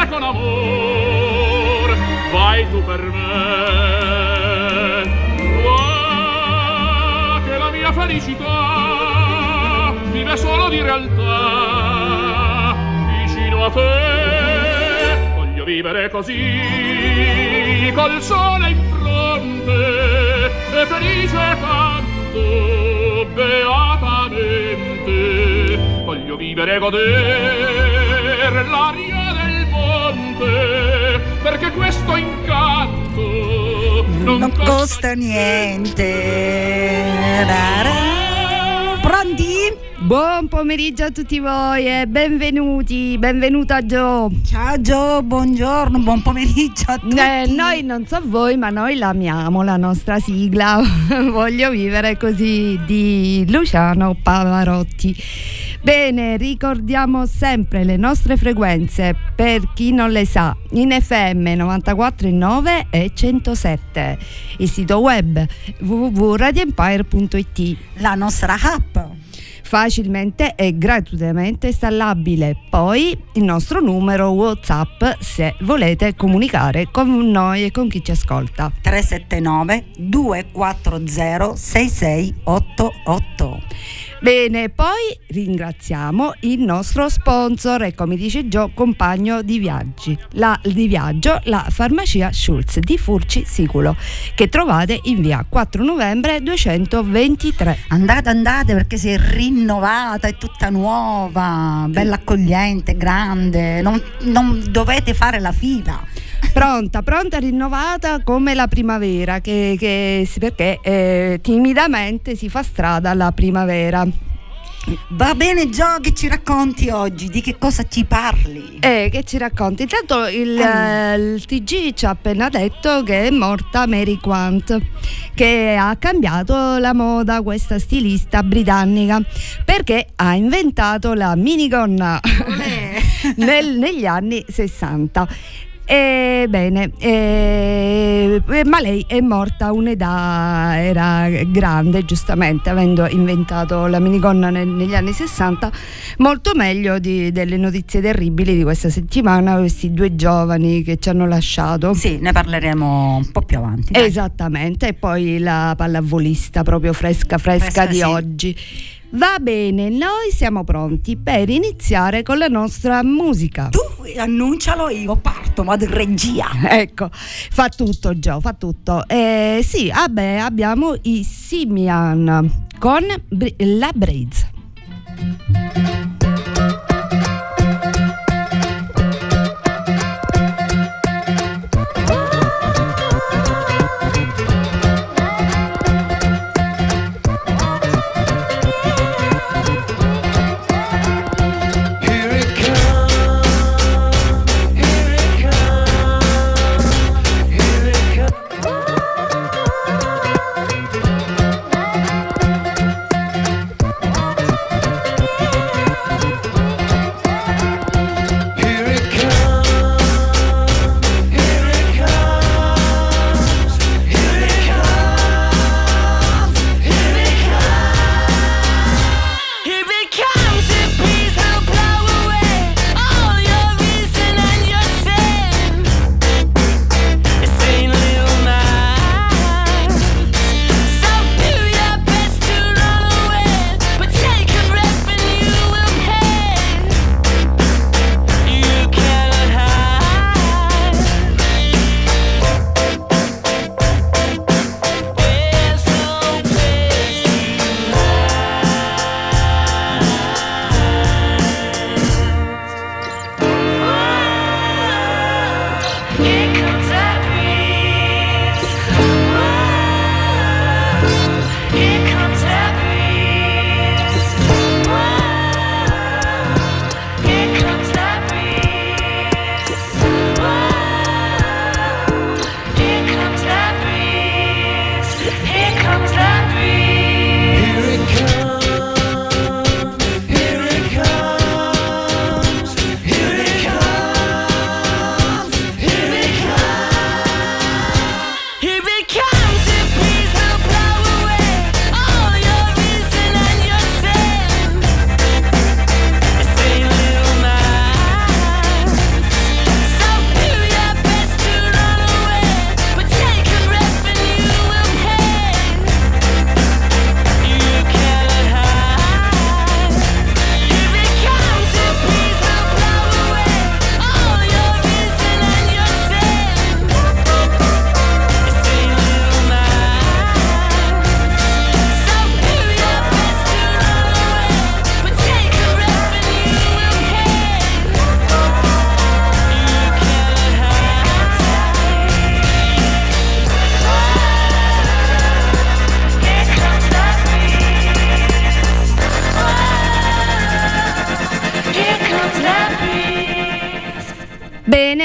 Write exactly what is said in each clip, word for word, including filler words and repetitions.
vivere con amor, vai tu per me. Va che la mia felicità vive solo di realtà, vicino a te voglio vivere così, col sole in fronte e felice canto beatamente. Voglio vivere e godere l'aria del monte, perché questo incanto non, non costa, costa niente. Rara. Pronti? Buon pomeriggio a tutti voi e benvenuti, benvenuta Gio. Ciao Gio, buongiorno, buon pomeriggio a tutti. Eh, noi non so voi, ma noi l'amiamo la nostra sigla. Voglio vivere così di Luciano Pavarotti. Bene, ricordiamo sempre le nostre frequenze per chi non le sa. In F M novantaquattro virgola nove e centosette, il sito web w w w punto radio empire punto i t, la nostra app facilmente e gratuitamente installabile, poi il nostro numero WhatsApp se volete comunicare con noi e con chi ci ascolta: tre sette nove due quattro zero sei sei otto otto. Bene, poi ringraziamo il nostro sponsor e, come dice Gio, compagno di viaggi, la, di viaggio, la farmacia Schulz di Furci Siculo, che trovate in via quattro novembre duecentoventitré. Andate, andate, perché si è rinnovata, è tutta nuova, bella accogliente, grande, non, non dovete fare la fila. Pronta, pronta, rinnovata come la primavera, che, che perché eh, timidamente si fa strada la primavera. Va bene Gio, che ci racconti oggi? Di che cosa ci parli? Eh, che ci racconti? Intanto il, eh. il T G ci ha appena detto che è morta Mary Quant, che ha cambiato la moda, questa stilista britannica, perché ha inventato la minigonna nel, negli anni sessanta. E bene, e, ma lei è morta a un'età, era grande, giustamente, avendo inventato la minigonna nel, negli anni sessanta, molto meglio di, delle notizie terribili di questa settimana, questi due giovani che ci hanno lasciato. Sì, ne parleremo un po' più avanti. Dai. Esattamente, e poi la pallavolista proprio fresca fresca, fresca di sì. oggi. Va bene, noi siamo pronti per iniziare con la nostra musica. Tu annuncialo, io parto, vado in regia. Ecco, fa tutto Gio, fa tutto. Eh, sì, vabbè, abbiamo i Simian con la Braids. We'll be right back.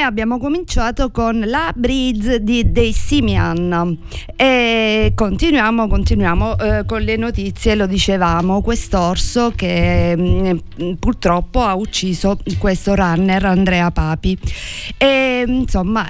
Bene, abbiamo cominciato con la Breeze di dei Simian e continuiamo, continuiamo eh, con le notizie. Lo dicevamo, quest'orso che mh, purtroppo ha ucciso questo runner Andrea Papi e insomma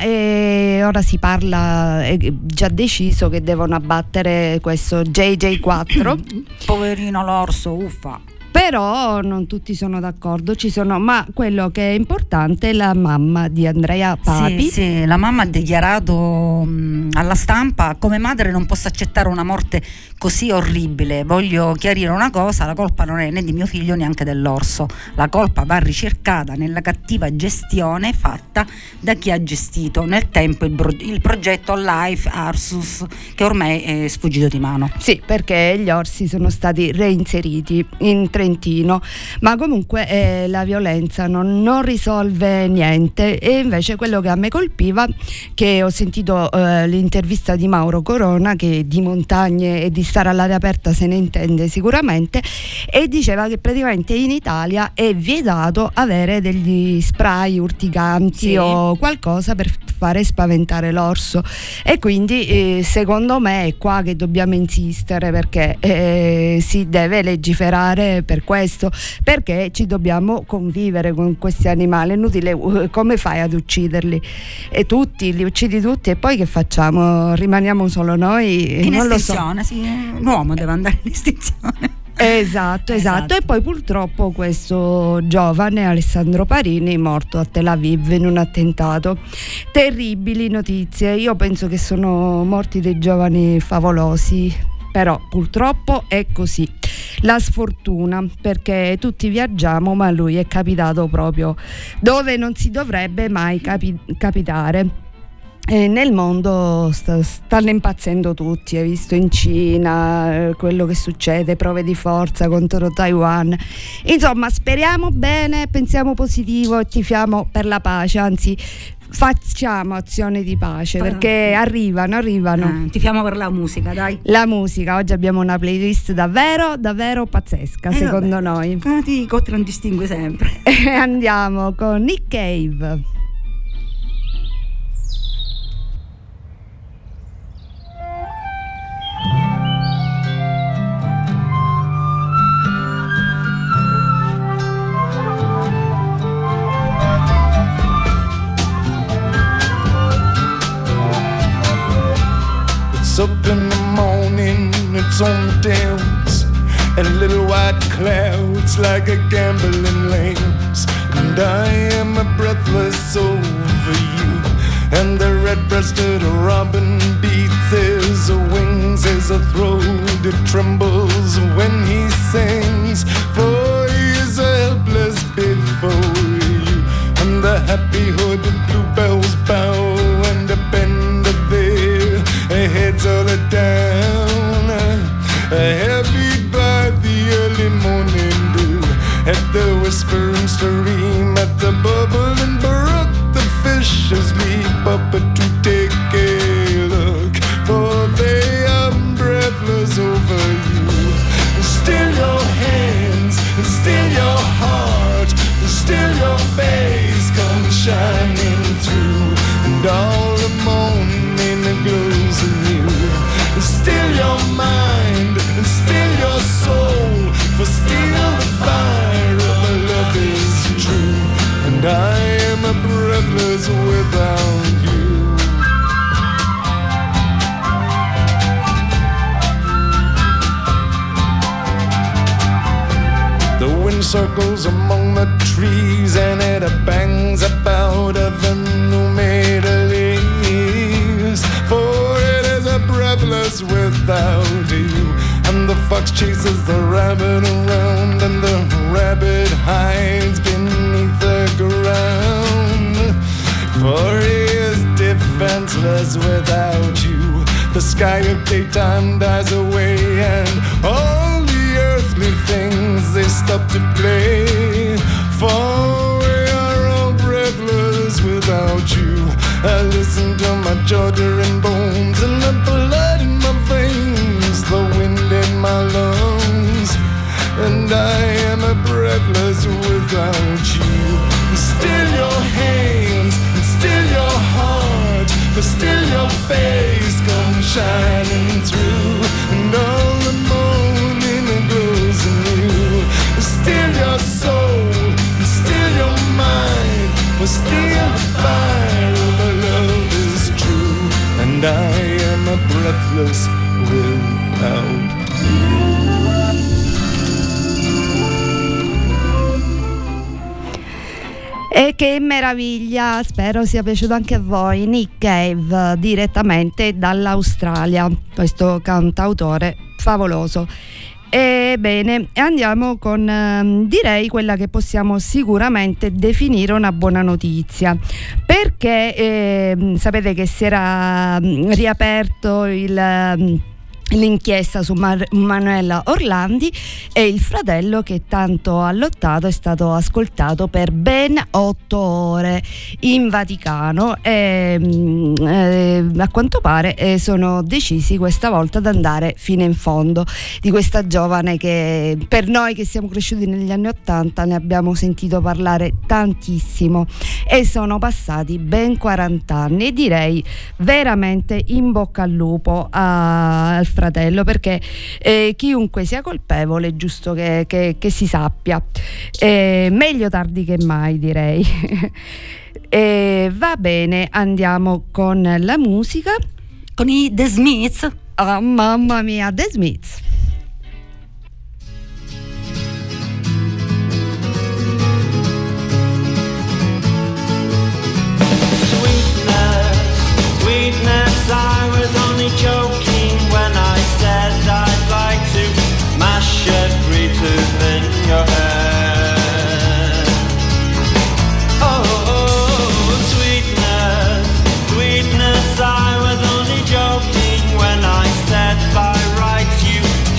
e ora si parla, è già deciso che devono abbattere questo J J quattro. Poverino l'orso, uffa. Però non tutti sono d'accordo, ci sono, ma quello che è importante è la mamma di Andrea Papi. Sì, sì, la mamma ha dichiarato mh, alla stampa: come madre non posso accettare una morte così orribile, voglio chiarire una cosa, la colpa non è né di mio figlio neanche dell'orso, la colpa va ricercata nella cattiva gestione fatta da chi ha gestito nel tempo il, bro- il progetto Life Arsus, che ormai è sfuggito di mano. Sì, perché gli orsi sono stati reinseriti in Trentino, ma comunque eh, la violenza non, non risolve niente. E invece quello che a me colpiva, che ho sentito eh, l'intervista di Mauro Corona, che di montagne e di stare all'aria aperta se ne intende sicuramente, e diceva che praticamente in Italia è vietato avere degli spray urticanti, sì, o qualcosa per fare spaventare l'orso, e quindi eh, secondo me è qua che dobbiamo insistere, perché eh, si deve legiferare per questo, perché ci dobbiamo convivere con questi animali. È inutile, uh, come fai ad ucciderli? E tutti, li uccidi tutti e poi che facciamo? Rimaniamo solo noi? In non estinzione, lo so. Sì, l'uomo deve andare in estinzione. Esatto, esatto, esatto. E poi purtroppo questo giovane Alessandro Parini morto a Tel Aviv in un attentato. Terribili notizie. Io penso che sono morti dei giovani favolosi, però purtroppo è così. La sfortuna, perché tutti viaggiamo, ma lui è capitato proprio dove non si dovrebbe mai capi- capitare. E nel mondo sta, stanno impazzendo tutti, hai visto in Cina eh, quello che succede, prove di forza contro Taiwan. Insomma, speriamo bene, pensiamo positivo e tifiamo per la pace, anzi facciamo azione di pace, perché arrivano, arrivano. Eh, tifiamo per la musica, dai. La musica, oggi abbiamo una playlist davvero, davvero pazzesca, eh, secondo vabbè. noi. Come ti contraddistingue sempre. E andiamo con Nick Cave. It's up in the morning, it's on the downs, and little white clouds like a gambling lambs. And I am breathless over you, and the red-breasted robin beats his wings as a throat it trembles when he sings. For he is helpless before you, and the happy hooded bluebells bow and bend their heads all down, heavy by the early morning dew, at the whispering stream, at the bubbling brook, the fishes leap up to take a look, for they are breathless over you. Still your hands, still your heart, still your face comes shining through, and all the morning glows anew. Still your mind, still your soul, for still the fire of love is true, and I am breathless without you. The wind circles among the trees, and it bangs about the new made leaves, for it is a breathless without you. And the fox chases the rabbit around, and the rabbit hides beneath the ground, for he is defenseless without you. The sky of daytime dies away, and all the earthly things they stop to play, for we are all breathless without you. I listen to my Georgian bones and the blood in my veins, the wind in my lungs, and I am a breathless without you. Still your hands, still but still your face comes shining through, and all the morning glows anew. Still your soul, still your mind, but still the fire of our love is true, and I am a breathless without you. E che meraviglia, spero sia piaciuto anche a voi. Nick Cave, direttamente dall'Australia, questo cantautore favoloso. Ebbene, andiamo con eh, direi quella che possiamo sicuramente definire una buona notizia, perché eh, sapete che si era mh, riaperto il mh, l'inchiesta su Mar- Manuela Orlandi, e il fratello che tanto ha lottato è stato ascoltato per ben otto ore in Vaticano e eh, a quanto pare eh, sono decisi questa volta ad andare fino in fondo di questa giovane che per noi che siamo cresciuti negli anni ottanta ne abbiamo sentito parlare tantissimo, e sono passati ben quaranta anni, e direi veramente in bocca al lupo a, al fratello, perché eh, chiunque sia colpevole è giusto che, che, che si sappia, eh, meglio tardi che mai, direi. E va bene, andiamo con la musica, con i The Smiths. Oh, mamma mia, The Smiths. Sweetness, I was only joking when I said I'd like to mash every tooth in your head. Oh, oh, sweetness, sweetness, I was only joking when I said by rights you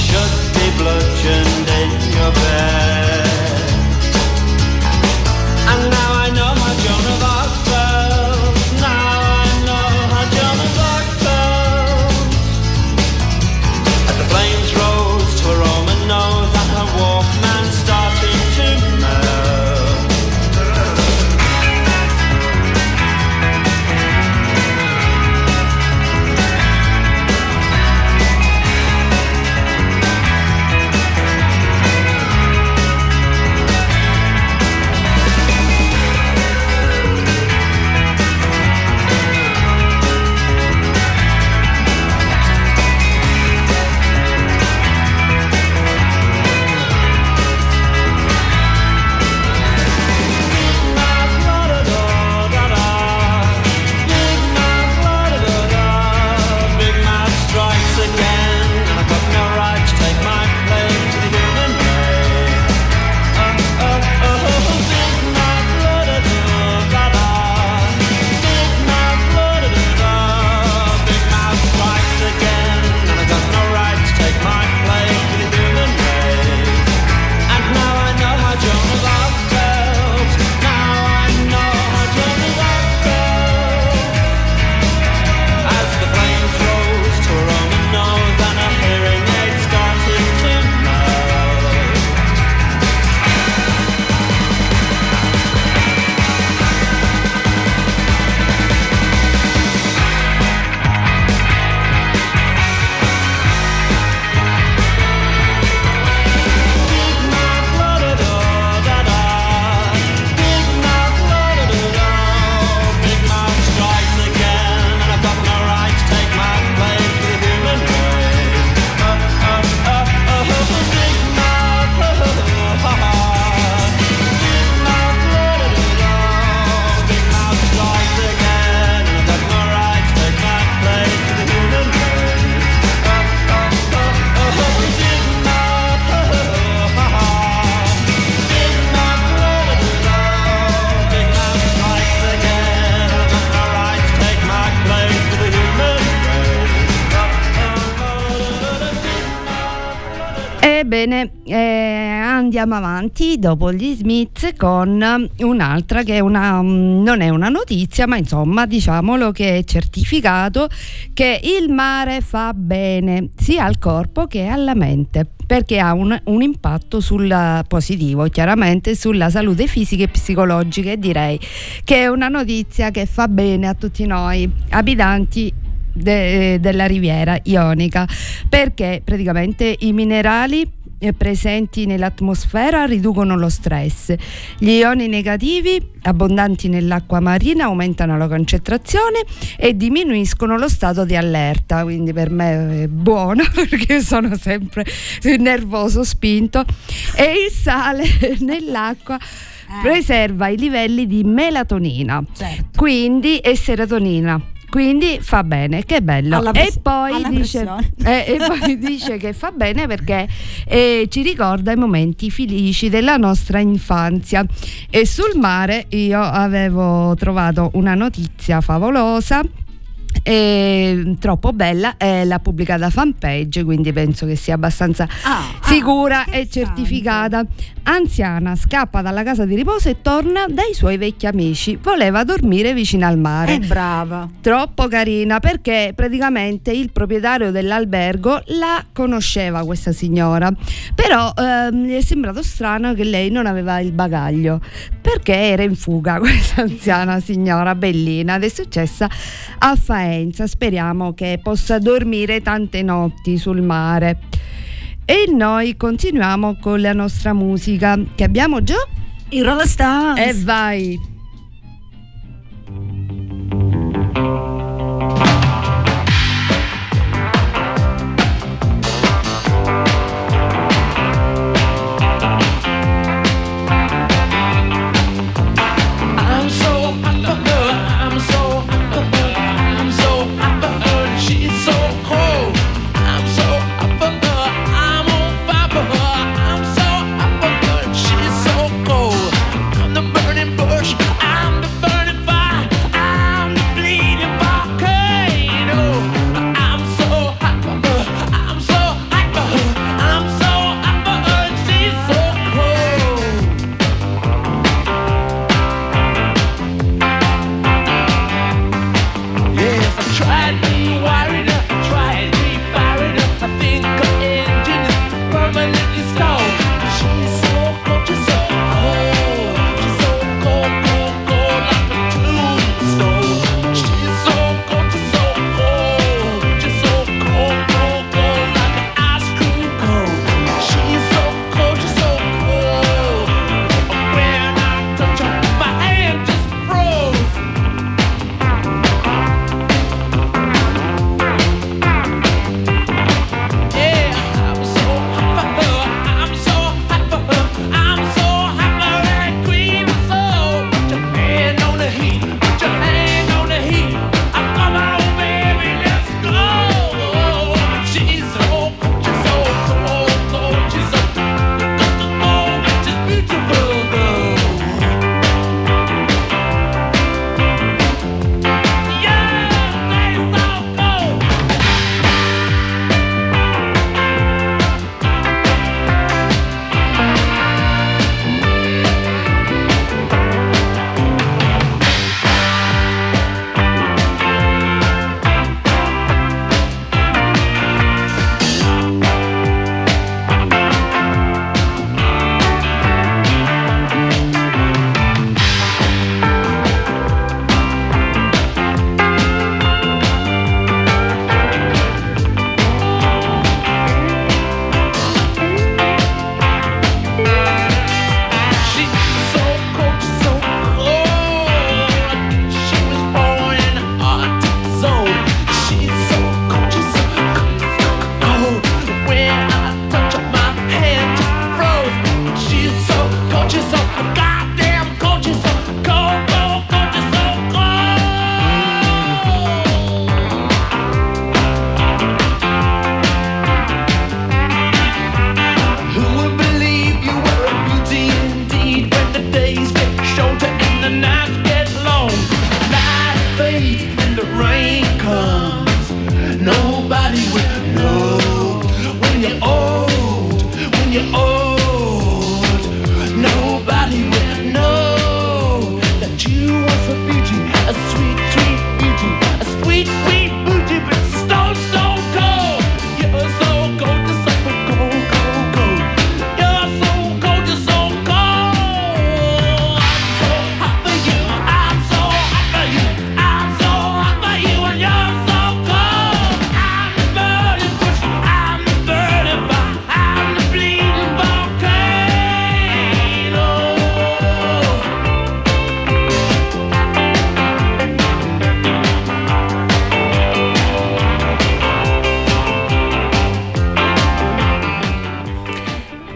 bene, eh, andiamo avanti dopo gli Smiths con un'altra che è una, non è una notizia, ma insomma diciamolo che è certificato che il mare fa bene sia al corpo che alla mente, perché ha un, un impatto sul positivo, chiaramente sulla salute fisica e psicologica, e direi che è una notizia che fa bene a tutti noi abitanti De, della riviera ionica, perché praticamente i minerali presenti nell'atmosfera riducono lo stress, gli ioni negativi abbondanti nell'acqua marina aumentano la concentrazione e diminuiscono lo stato di allerta, quindi per me è buono perché sono sempre nervoso, spinto. E il sale nell'acqua preserva i livelli di melatonina, certo, quindi e serotonina, quindi fa bene, che bello. Pres- e, poi dice, eh, e poi dice che fa bene perché eh, ci ricorda i momenti felici della nostra infanzia. E sul mare io avevo trovato una notizia favolosa, e troppo bella, è la pubblicata fanpage, quindi penso che sia abbastanza ah, sicura ah, e certificata. Anziana scappa dalla casa di riposo e torna dai suoi vecchi amici, voleva dormire vicino al mare. È brava, troppo carina, perché praticamente il proprietario dell'albergo la conosceva, questa signora, però ehm, gli è sembrato strano che lei non aveva il bagaglio, perché era in fuga questa anziana signora bellina, ed è successa a Faenza. Speriamo che possa dormire tante notti sul mare. E noi continuiamo con la nostra musica, che abbiamo già i Rolling Stones. E vai. Push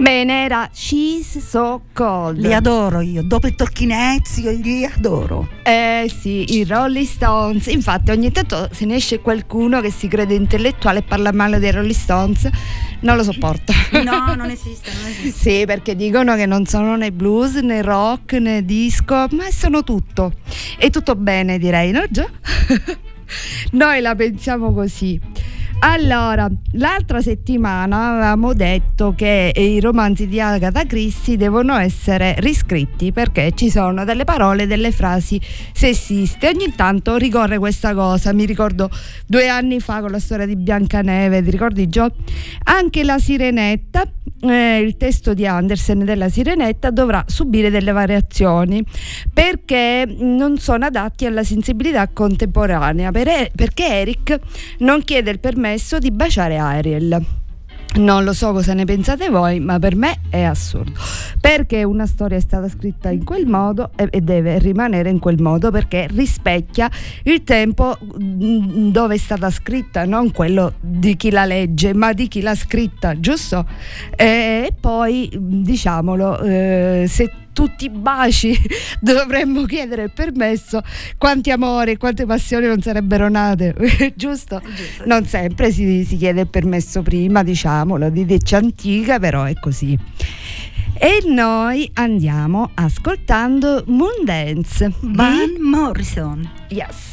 Bene, era She's So Cold. Li adoro io, dopo il Tolkienez io li adoro. Eh sì, i Rolling Stones. Infatti ogni tanto se ne esce qualcuno che si crede intellettuale e parla male dei Rolling Stones. Non lo sopporto. No, non esiste, non esiste. Sì, perché dicono che non sono né blues, né rock, né disco, ma sono tutto. E tutto bene, direi, no Gio? Noi la pensiamo così. Allora, l'altra settimana avevamo detto che i romanzi di Agatha Christie devono essere riscritti perché ci sono delle parole, delle frasi sessiste. Ogni tanto ricorre questa cosa. Mi ricordo due anni fa con la storia di Biancaneve, ti ricordi Gio? Anche la Sirenetta, eh, il testo di Andersen della Sirenetta dovrà subire delle variazioni perché non sono adatti alla sensibilità contemporanea, per- perché Eric non chiede il permesso di baciare Ariel. Non lo so cosa ne pensate voi, ma per me è assurdo, perché una storia è stata scritta in quel modo e deve rimanere in quel modo perché rispecchia il tempo dove è stata scritta, non quello di chi la legge ma di chi l'ha scritta, giusto? E poi diciamolo, eh, se tutti i baci dovremmo chiedere il permesso, quanti amori e quante passioni non sarebbero nate, giusto? Giusto. Non sempre si, si chiede il permesso prima, diciamolo, di deccia antica, però è così. E noi andiamo ascoltando Moondance Van Morrison. Yes.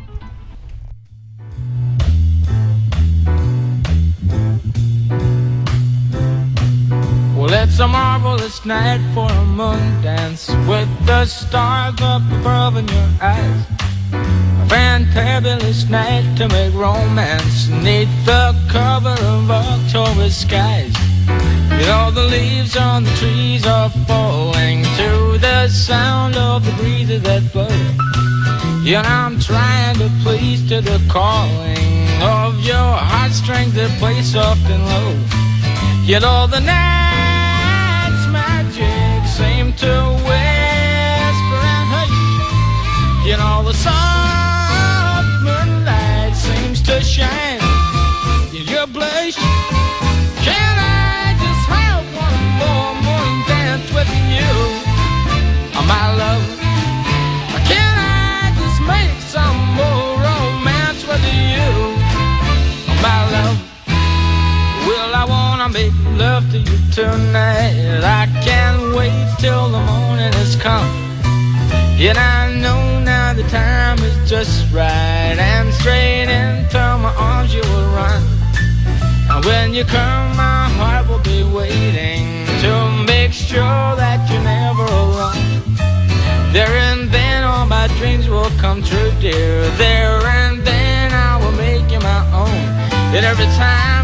Well, it's a marvelous night for a moon dance with the stars up above in your eyes. A fantabulous night to make romance neath the cover of October skies. You know the leaves on the trees are falling to the sound of the breezes that blow. Yeah, I'm trying to please to the calling of your heartstrings that play soft and low. You know the night's magic seem to whisper and hush. You know the soft moonlight seems to shine in your blush. Can I just have one more moon dance with you, oh, my love? Can I just make some more romance with you, oh, my love? Well, I wanna make love to you tonight. I can't wait till the morning has come. And I know now the time is just right, and straight into my arms you will run. And when you come, my heart will be waiting to make sure that you're never alone. There and then all my dreams will come true, dear. There and then I will make you my own. And every time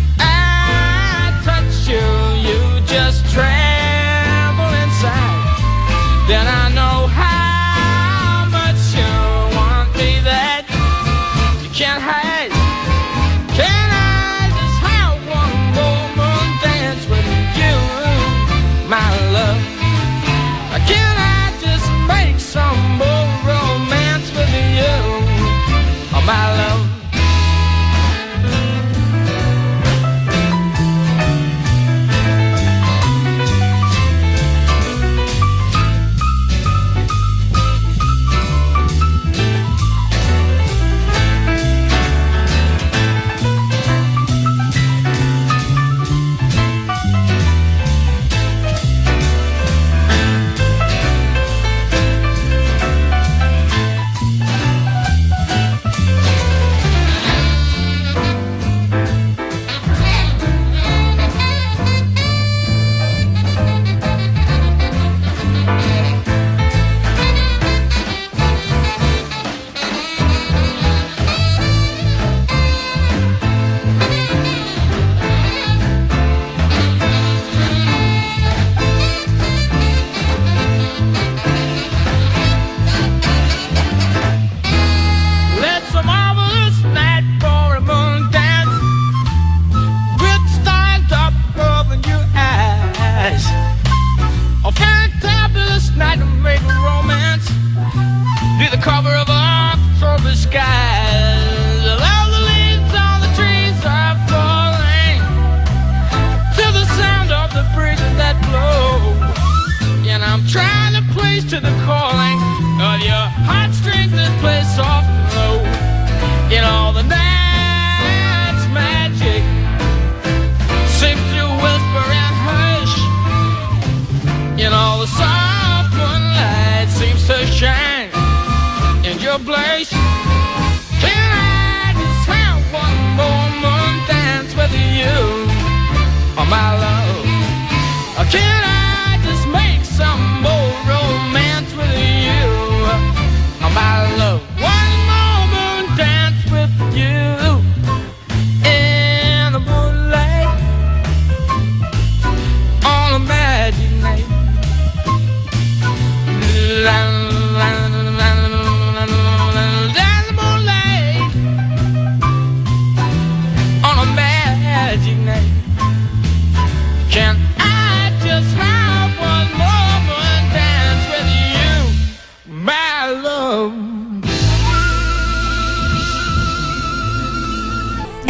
you, you just tremble inside. Then I know how much you want me that you can't hide. Can I just have one more moon dance with you, my love? Can I just make some more romance with you, oh, my love?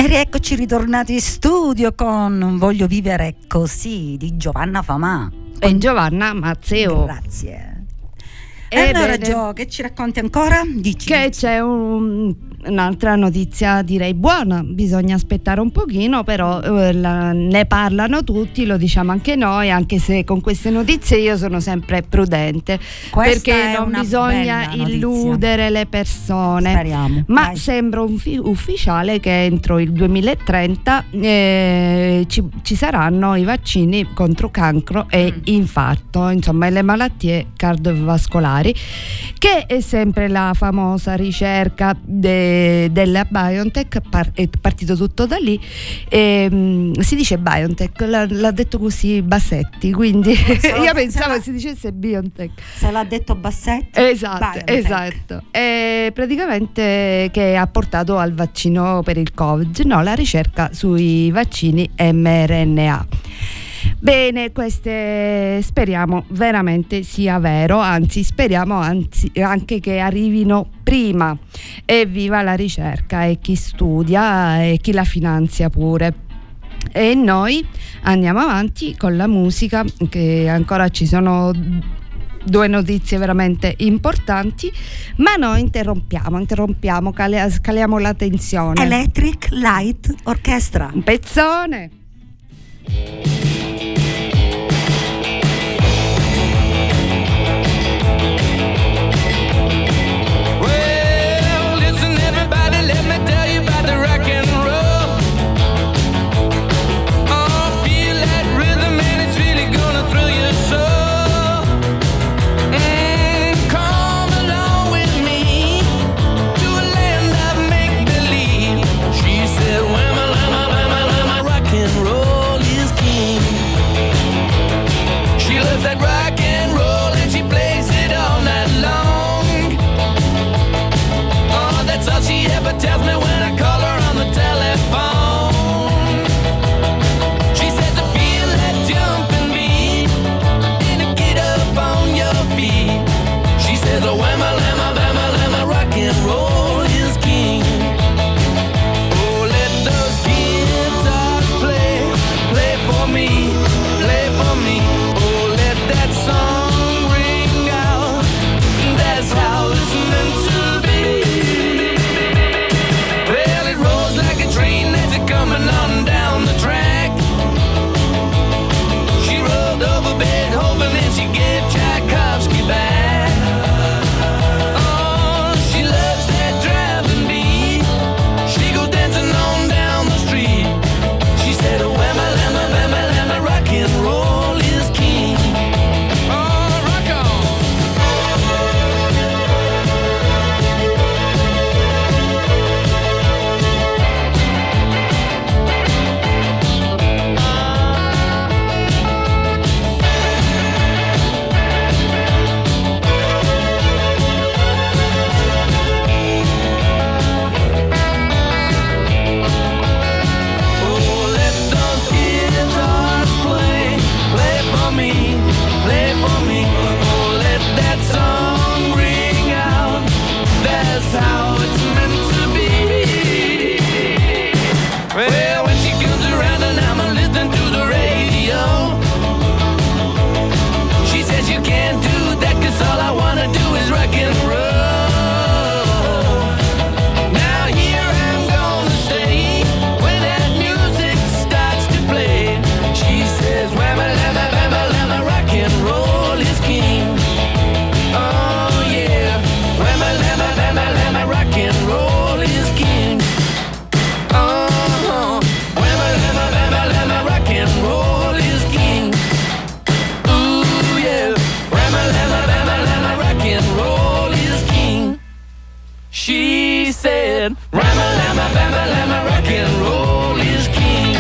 E rieccoci ritornati in studio con Voglio vivere così di Giovanna Famà e Giovanna Mazzeo. Grazie. E allora Gio, che ci racconti ancora? Dici, che dici. c'è un, un'altra notizia direi buona, bisogna aspettare un pochino, però eh, la, ne parlano tutti, lo diciamo anche noi, anche se con queste notizie io sono sempre prudente. Questa perché non bisogna illudere le persone. Speriamo. Ma Dai. sembra un fi- ufficiale che entro il duemilatrenta eh, ci, ci saranno i vaccini contro cancro e Mm. infarto, insomma le malattie cardiovascolari, che è sempre la famosa ricerca de, della BioNTech, par- è partito tutto da lì. E, mh, si dice BioNTech, l'ha, l'ha detto così Bassetti, quindi io pensavo si dicesse BioNTech. Se l'ha detto Bassetti. Esatto, BioNTech. esatto. E praticamente che ha portato al vaccino per il Covid, no, la ricerca sui vaccini mRNA. Bene, queste speriamo veramente sia vero, anzi speriamo anzi, anche che arrivino prima. Evviva la ricerca e chi studia e chi la finanzia pure. E noi andiamo avanti con la musica, che ancora ci sono due notizie veramente importanti, ma noi interrompiamo, interrompiamo, cale- scaliamo la tensione. Electric Light Orchestra. Un pezzone. Well, listen everybody, let me tell you about the rock and roll. Oh, feel that rhythm and it's really gonna thrill your soul. Mm, come along with me to a land of make-believe. She said, whamma, lamma, lamma, lamma, rock and roll is king. She loves that rock and roll and she plays it all night long. Oh, that's all she ever tells me when I call her on the telephone. She says I feel that jumping beat and get up on your feet. She says oh, whamma, lamma, lamma, lamma, rock and roll is king. Oh, let those guitars play, play for me, play for me. Oh, let that song ring out. That's how it's meant to be. Well, it rolls like a train that's coming on down the track. She rolled over Beethoven and she gave Tchaikovsky back. Oh, she loves that driving beat. She goes dancing on down the street. She said, oh, whamma, lamma, lamma, lamma, rock and roll is king. Oh, rock on. Oh, let those guitars play, play for me, play for me. Oh, let that song ring out. That's how it's meant to be. Well, when she comes around and I'm listening to the radio, she says you can't do that 'cause all I wanna do is rock and roll. Now here I'm gonna stay when that music starts to play. She says whamma, lamma, lamma, lamma, rock and roll is king. Oh yeah, whamma, lamma, lamma, lamma, rock and roll is king. Oh, whamma, lamma, lamma, lamma, rock and roll is king. Ooh yeah, whamma, lamma, lamma, lamma, rock and roll is king. She said, Rama, lama, bama, lama, rock and roll is king.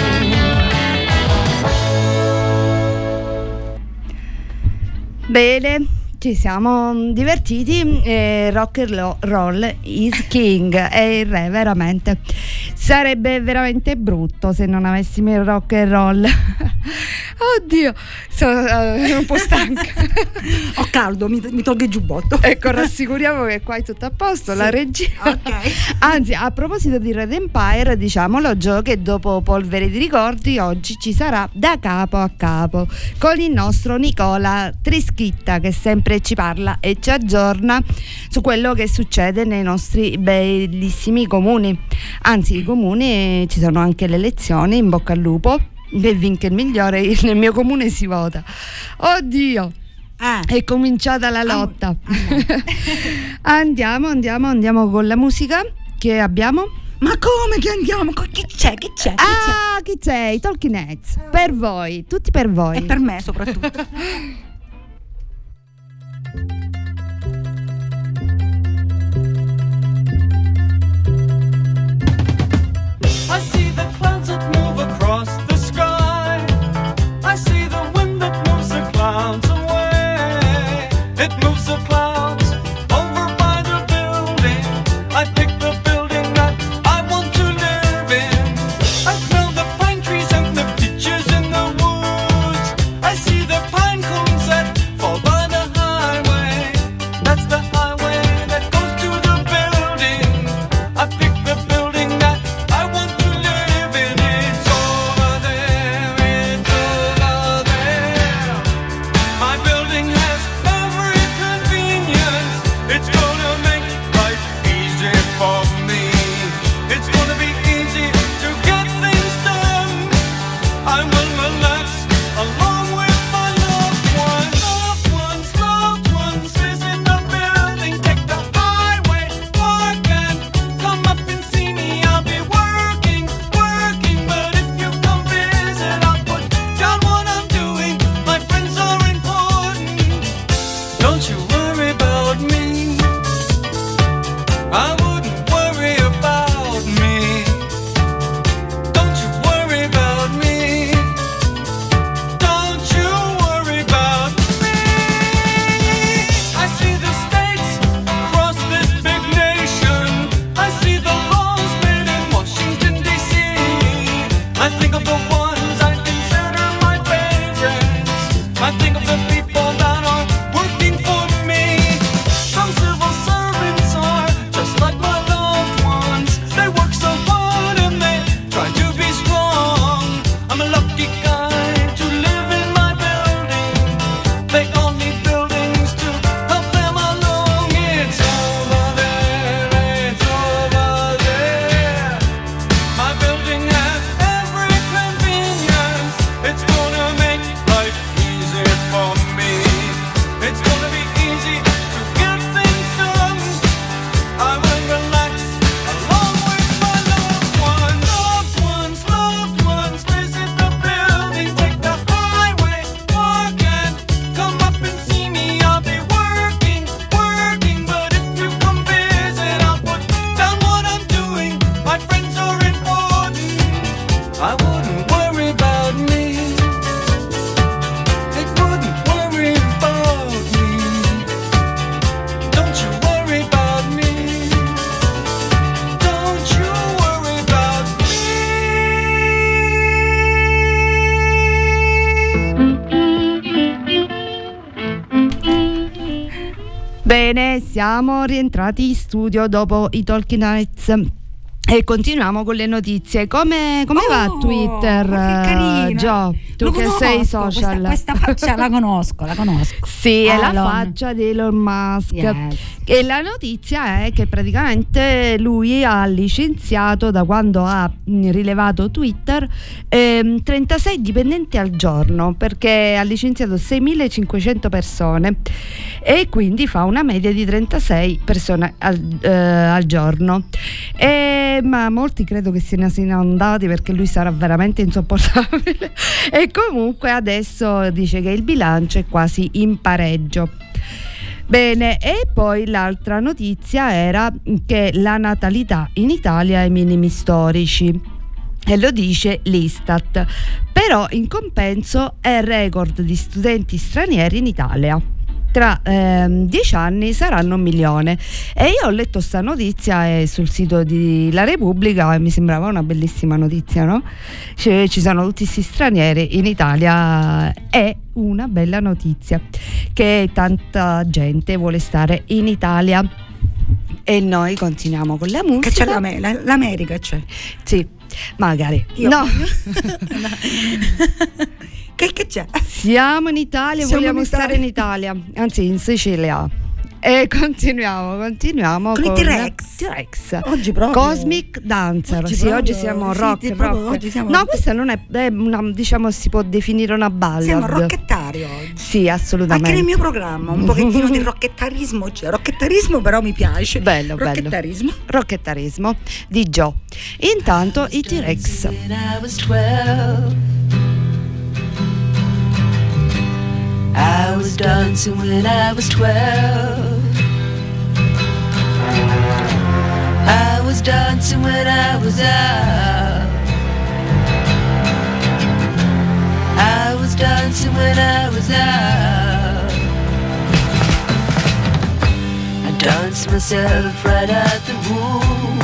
Bene, ci siamo divertiti. eh, rock and roll is king, è il re veramente. Sarebbe veramente brutto se non avessimo il rock and roll. Oddio, sono uh, un po' stanca. Ho caldo, mi, mi tolgo il giubbotto. Ecco, rassicuriamo che qua è tutto a posto, sì. La regia. Ok. Anzi, a proposito di Red Empire, diciamolo Gio che dopo Polvere di ricordi oggi ci sarà Da capo a capo con il nostro Nicola Trischitta, che sempre ci parla e ci aggiorna su quello che succede nei nostri bellissimi comuni. Anzi, i comuni, ci sono anche le elezioni, in bocca al lupo, che vinca il migliore, nel mio comune si vota. Oddio, ah. È cominciata la lotta. Ah, andiamo, andiamo, andiamo con la musica che abbiamo. Ma come che andiamo? Chi c'è? Chi c'è? Chi ah, c'è? Chi c'è? I Talking Heads. Per voi, tutti per voi. E per me soprattutto. I see the clouds that move across the sky. I see the wind that moves the clouds away. It moves the clouds over by the building. I pick the building that I want to live in. I smell the pine trees and the beeches in the woods. I see the pine cones that fall by the highway. That's the highway that goes to the building. I pick the building that I want to live in. It's over there, it's over there. My building has every convenience. It's gonna make life easy for me. It's gonna be easy to get things done. I will relax along with my loved ones. Loved ones, loved ones, visit the building. Take the highway, walk and come up and see me. I'll be working, working, but if you come visit, I'll put down what I'm doing. My friends are important. Don't you worry about me. I wouldn't worry about me. Don't you worry about me. Don't you worry about me. I see the states across this big nation. I see the laws made in Washington, D C I think of the ones I consider my favorites. I think of the people that are working for me. Some civil servants are just like my loved ones. They work so hard and they try to be strong. I'm a lucky guy to live in my building. They all need buildings to help them along. It's over there, it's over there. My building has every convenience. It's gonna make life easy for me. It's gonna be easy to get things done. I will relax along with my loved ones. Loved ones, loved ones, visit the building. Take the highway, walk and come up and see me. I'll be working, working, but if you come visit, I'll put down what I'm doing. My friends are important. I wouldn't worry about me. It wouldn't worry about me. Don't you worry about me. Don't you worry about me. Bene, siamo rientrati in studio dopo i Talking Heads e continuiamo con le notizie. Come, come va Oh, Twitter, ma che carino. Gio? Tu Lo che conosco, sei social. Questa, questa faccia la conosco, la conosco. Sì, è la Elon. faccia di Elon Musk. Yes. E la notizia è che praticamente lui ha licenziato, da quando ha mh, rilevato Twitter, ehm, trentasei dipendenti al giorno, perché ha licenziato seimilacinquecento persone e quindi fa una media di trentasei persone al, eh, al giorno. E, ma molti credo che se ne siano andati perché lui sarà veramente insopportabile. E comunque adesso dice che il bilancio è quasi in pareggio. Bene, e poi l'altra notizia era che la natalità in Italia è ai minimi storici, e lo dice l'Istat, però in compenso è record di studenti stranieri in Italia. tra ehm, dieci anni saranno un milione. E io ho letto sta notizia eh, sul sito di La Repubblica e mi sembrava una bellissima notizia, no? Cioè, ci sono tutti questi stranieri in Italia, è una bella notizia che tanta gente vuole stare in Italia. E noi continuiamo con la musica. Che c'è l'Ame- l'America, c'è. Sì, magari. Io no. che, che c'è? Siamo in Italia, Siamo vogliamo in Italia. stare in Italia, anzi in Sicilia. E continuiamo, continuiamo Con con, i T-Rex. T-Rex. Oggi proprio. Cosmic Dancer. Oggi sì, proprio, oggi siamo sì, rock, sì, proprio rock. oggi siamo- No, questa non è, è una, diciamo, si può definire una ballad. Siamo rockettari oggi. Sì, assolutamente. Anche nel mio programma un pochettino di rockettarismo c'è. Rockettarismo però mi piace. Bello, bello. Rockettarismo. Rockettarismo di Joe. Intanto i T-Rex. When I was twelve, I was dancing when I was twelve. I was dancing when I was out. I was dancing when I was out. I danced myself right out the womb.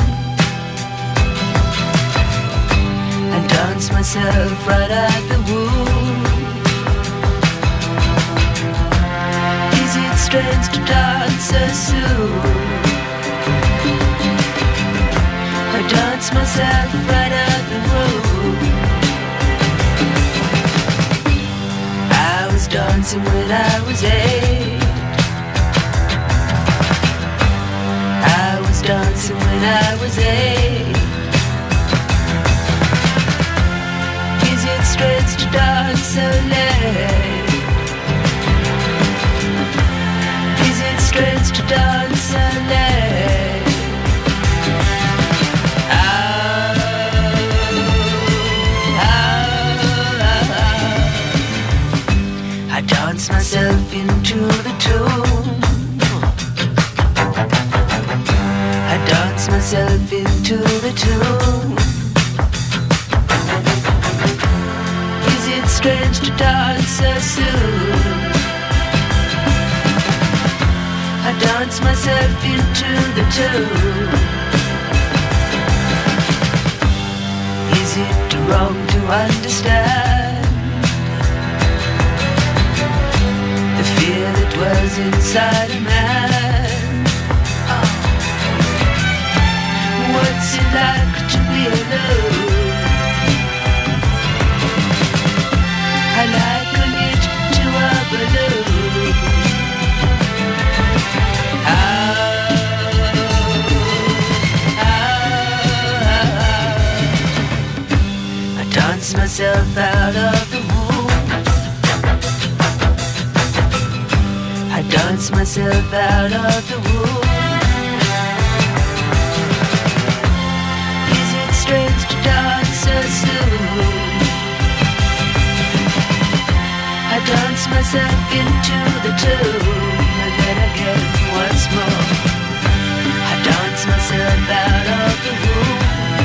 I danced myself right out the womb. Is it strange to dance so soon? I danced myself right out the room. I was dancing when I was eight. I was dancing when I was eight. Is it strange to dance so late? Is it strange to dance so late? I dance myself into the tune. I dance myself into the tune. Is it strange to dance so soon? I dance myself into the tune. Is it wrong to understand the fear that was inside a man? What's it like to be alone? I liken it to a balloon. Ah, ah, ah. I dance myself out of the womb. I dance myself out of the womb. Is it strange to dance so soon? I dance myself into the tune. And then again once more I dance myself out of the womb.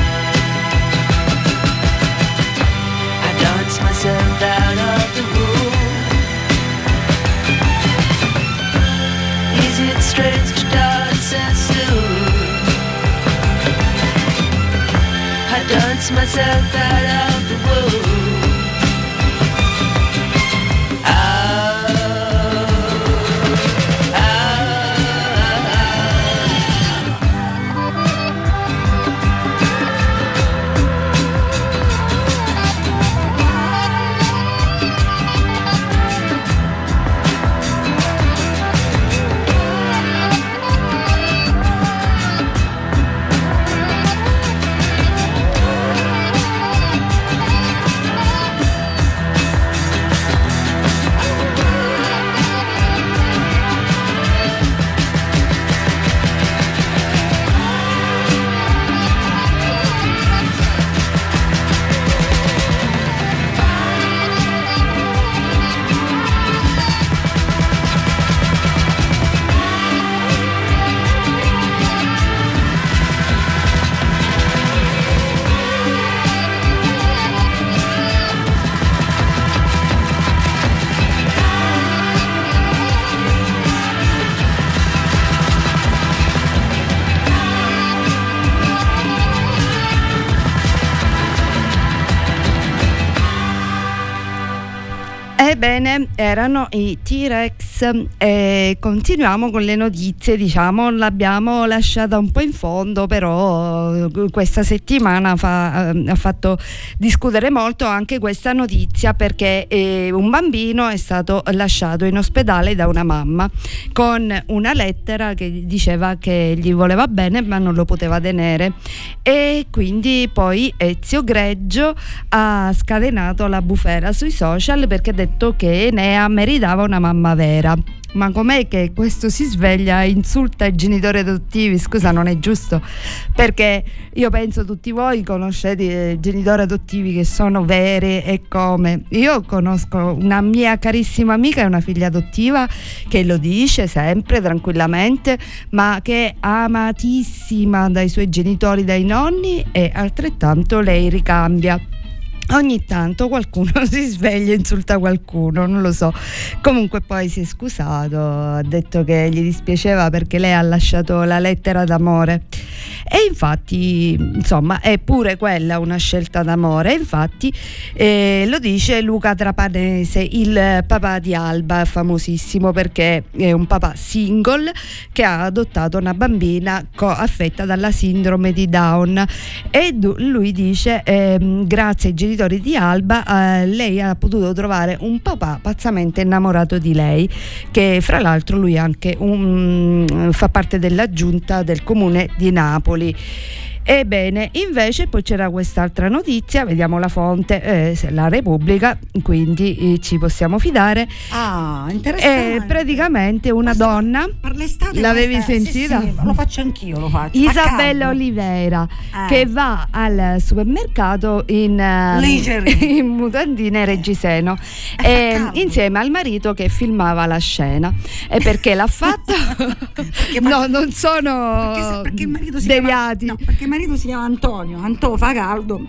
I dance myself out of the womb. Is it strange to dance so soon? I dance myself out of the womb. Ebbene, erano i T-Rex e continuiamo con le notizie, diciamo, l'abbiamo lasciata un po' in fondo, però questa settimana fa, ha fatto discutere molto anche questa notizia, perché eh, un bambino è stato lasciato in ospedale da una mamma con una lettera che diceva che gli voleva bene ma non lo poteva tenere, e quindi poi Ezio Greggio ha scatenato la bufera sui social perché ha detto che Enea meritava una mamma vera. Ma com'è che questo si sveglia e insulta i genitori adottivi? Scusa, non è giusto, perché io penso tutti voi conoscete i genitori adottivi che sono veri e come. Io conosco una mia carissima amica e una figlia adottiva che lo dice sempre tranquillamente, ma che è amatissima dai suoi genitori, dai nonni, e altrettanto lei ricambia. Ogni tanto qualcuno si sveglia e insulta qualcuno, non lo so. Comunque poi si è scusato, ha detto che gli dispiaceva perché lei ha lasciato la lettera d'amore, e infatti insomma è pure quella una scelta d'amore. Infatti eh, lo dice Luca Trapanese, il papà di Alba, famosissimo perché è un papà single che ha adottato una bambina co- affetta dalla sindrome di Down, e du- lui dice eh, grazie ai genitori di Alba eh, lei ha potuto trovare un papà pazzamente innamorato di lei, che fra l'altro lui anche un, fa parte della giunta del comune di Napoli. Ebbene, invece poi c'era quest'altra notizia, vediamo la fonte, eh, La Repubblica, quindi eh, ci possiamo fidare. Ah, interessante. È praticamente una Questo donna, per l'estate l'avevi questa- sentita? Sì, sì, lo faccio anch'io, lo faccio. Isabella A caldo. Oliveira, Eh. che va al supermercato in, eh, Lingerie. in mutandine e reggiseno, fa e, caldo. insieme al marito che filmava la scena. E perché l'ha fatto? Perché no, fa- non sono Perché, se- perché il marito si deviati. chiama, no, perché il marito si chiama Antonio. Antonio fa caldo.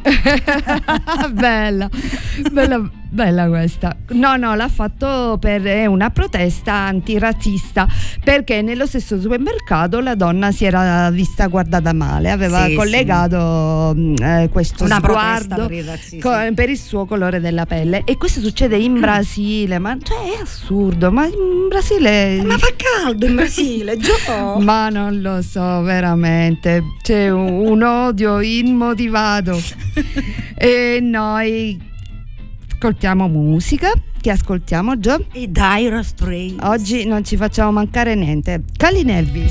bella, bella, bella questa. No, no, l'ha fatto per è una protesta antirazzista, perché nello stesso supermercato la donna si era vista guardata male, aveva Sì, collegato mh, eh, questo Una protesta sguardo per il razzismo. co- per il suo colore della pelle. E questo succede in Brasile, ma cioè è assurdo, ma in Brasile Ma fa caldo in Brasile, Gio. ma non lo so, veramente c'è un, un odio immotivato. E noi ascoltiamo musica. Che ascoltiamo, Gio? E Dire Straits. Oggi non ci facciamo mancare niente. Calin Elvis.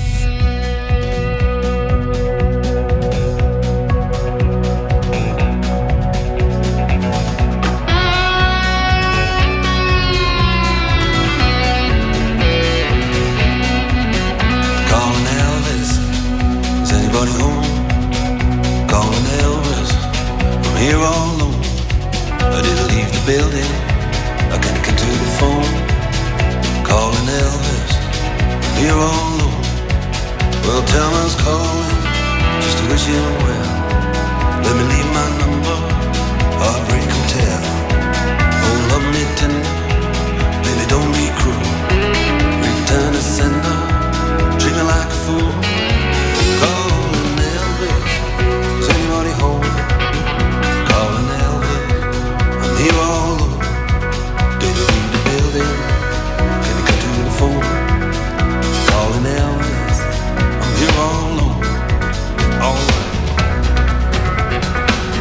Calling Elvis, is anybody home? Calling Elvis, I'm here all alone. I didn't leave the building, I can't get to the phone. Calling Elvis, I'm here all alone. Well, tell me who's calling, just to wish him well. Let me leave my number, heartbreak hotel. Oh, love me tender, baby, don't be cruel. Return to sender, treat me like a fool. Calling Elvis, is anybody home? Calling Elvis, I'm here all alone. Did you leave the building? Can you come to the phone? Calling Elvis, I'm here all alone. All right.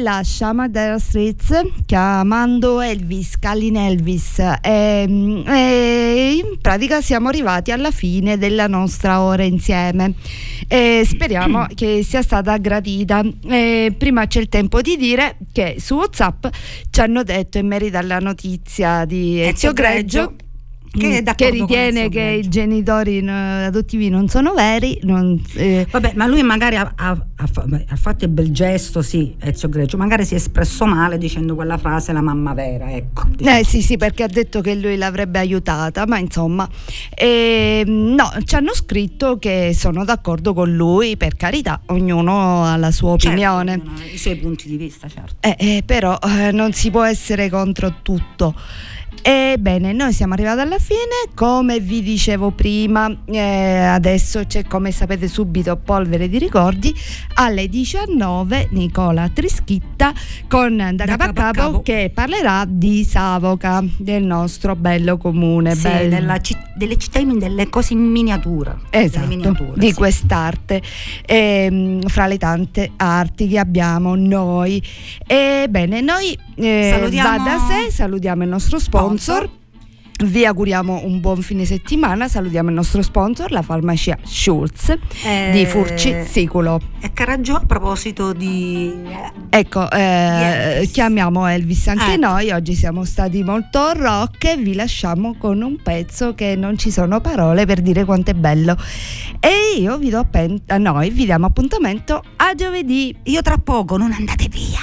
lasciamo Dire Straits chiamando Elvis, Callin Elvis, e, e in pratica siamo arrivati alla fine della nostra ora insieme e speriamo che sia stata gradita. E prima c'è il tempo di dire che su WhatsApp ci hanno detto, in merito alla notizia di Ezio Greggio, che, che ritiene che i genitori adottivi non sono veri, non, eh. Vabbè, ma lui magari ha, ha, ha, ha fatto il bel gesto, sì, Ezio Greggio, magari si è espresso male dicendo quella frase, la mamma vera, ecco. Eh sì sì, perché ha detto che lui l'avrebbe aiutata, ma insomma, eh, no, ci hanno scritto che sono d'accordo con lui, per carità, ognuno ha la sua opinione, certo, ognuno ha i suoi punti di vista, certo. Eh, eh, però eh, non si può essere contro tutto. Ebbene, noi siamo arrivati alla fine, come vi dicevo prima, eh, adesso c'è, come sapete subito, Polvere di ricordi, alle diciannove Nicola Trischitta con Da, da Capo a Capo, Capo che parlerà di Savoca, del nostro bello comune, sì, bello. Della, delle città, delle cose in miniatura, esatto, miniature, di sì. Quest'arte, ehm, fra le tante arti che abbiamo noi. Ebbene, noi eh, salutiamo... va da sé, salutiamo il nostro sponsor. Sponsor. Vi auguriamo un buon fine settimana, salutiamo il nostro sponsor, la farmacia Schulz eh, di Furci Siculo. E Caraggio, a proposito di... Ecco, eh, Elvis. Chiamiamo Elvis anche eh. noi, oggi siamo stati molto rock e vi lasciamo con un pezzo che non ci sono parole per dire quanto è bello. E io vi do appen- a noi vi diamo appuntamento a giovedì. Io tra poco, non andate via.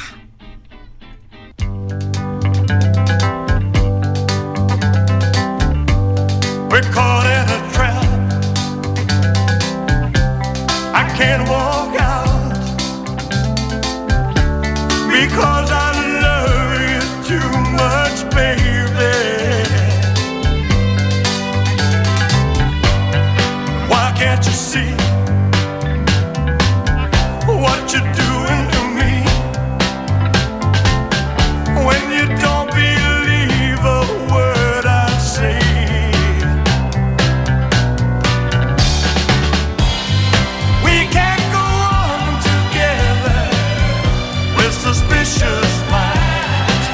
We're caught in a trap. I can't walk out because I love you too much, baby. Why can't you see what you're doing to me when you don't believe a word I say? Suspicious minds,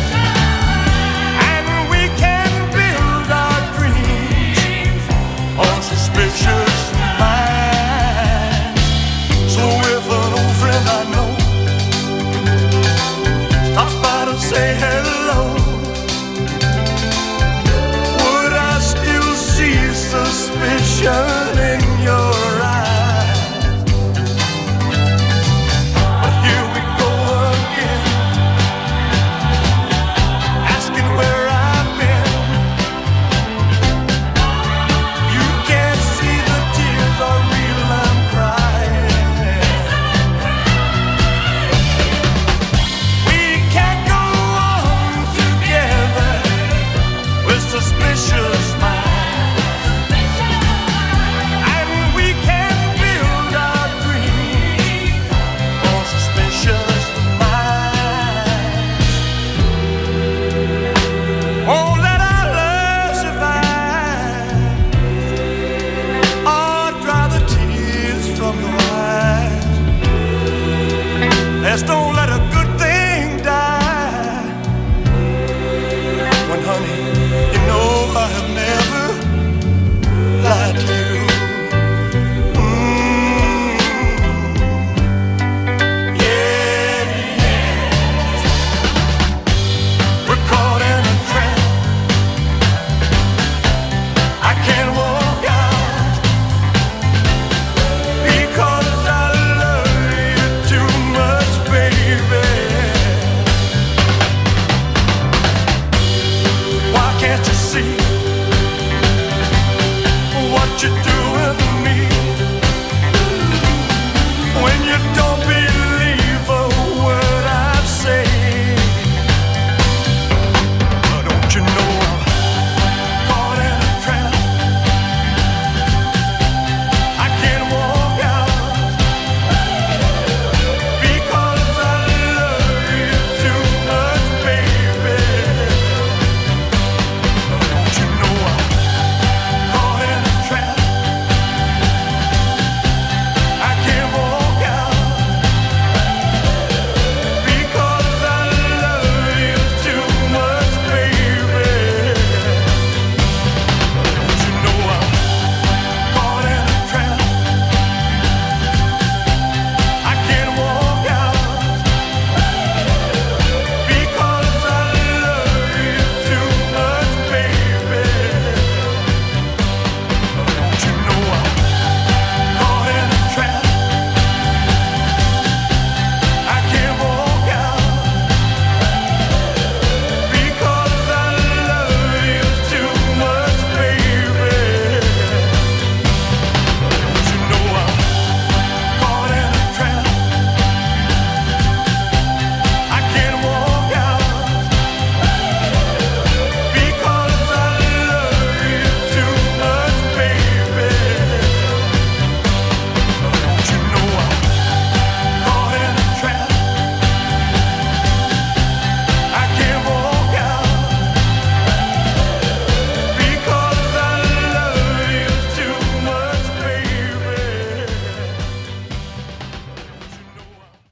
and we can build our dreams on suspicious minds. So if an old friend I know stops by to say hello, would I still see suspicion in